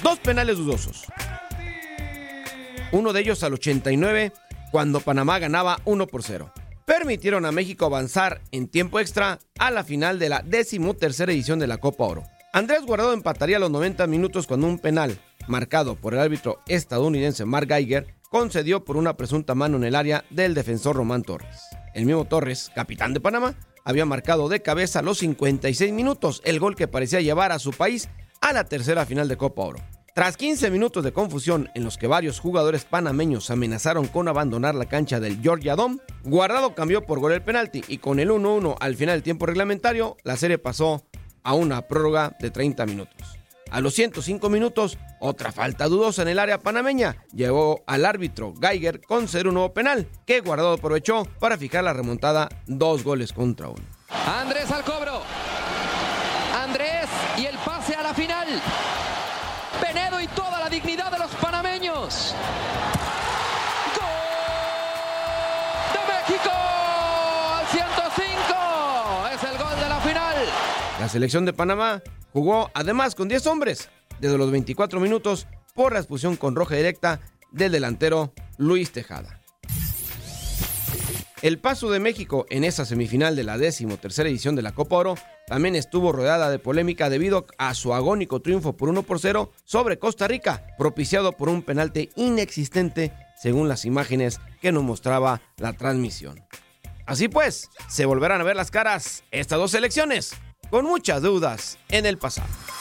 2 penales dudosos. Uno de ellos al 89, cuando Panamá ganaba 1-0. Permitieron a México avanzar en tiempo extra a la final de la 13ª edición de la Copa Oro. Andrés Guardado empataría a los 90 minutos cuando un penal, marcado por el árbitro estadounidense Mark Geiger, concedió por una presunta mano en el área del defensor Román Torres. El mismo Torres, capitán de Panamá, había marcado de cabeza a los 56 minutos el gol que parecía llevar a su país a la tercera final de Copa Oro. Tras 15 minutos de confusión en los que varios jugadores panameños amenazaron con abandonar la cancha del Georgia Dome, Guardado cambió por gol el penalti y con el 1-1 al final del tiempo reglamentario, la serie pasó a una prórroga de 30 minutos. A los 105 minutos, otra falta dudosa en el área panameña llevó al árbitro Geiger conceder un nuevo penal, que Guardado aprovechó para fijar la remontada 2-1. Andrés al cobro. Andrés y el pase a la final. Penedo y toda la dignidad de los panameños. ¡Gol de México! Al 105. Es el gol de la final. La selección de Panamá jugó además con 10 hombres desde los 24 minutos por la expulsión con roja directa del delantero Luis Tejada. El paso de México en esa semifinal de la 13ª edición de la Copa Oro también estuvo rodeada de polémica debido a su agónico triunfo por 1-0 sobre Costa Rica, propiciado por un penalti inexistente según las imágenes que nos mostraba la transmisión. Así pues, se volverán a ver las caras estas dos selecciones con muchas dudas en el pasado.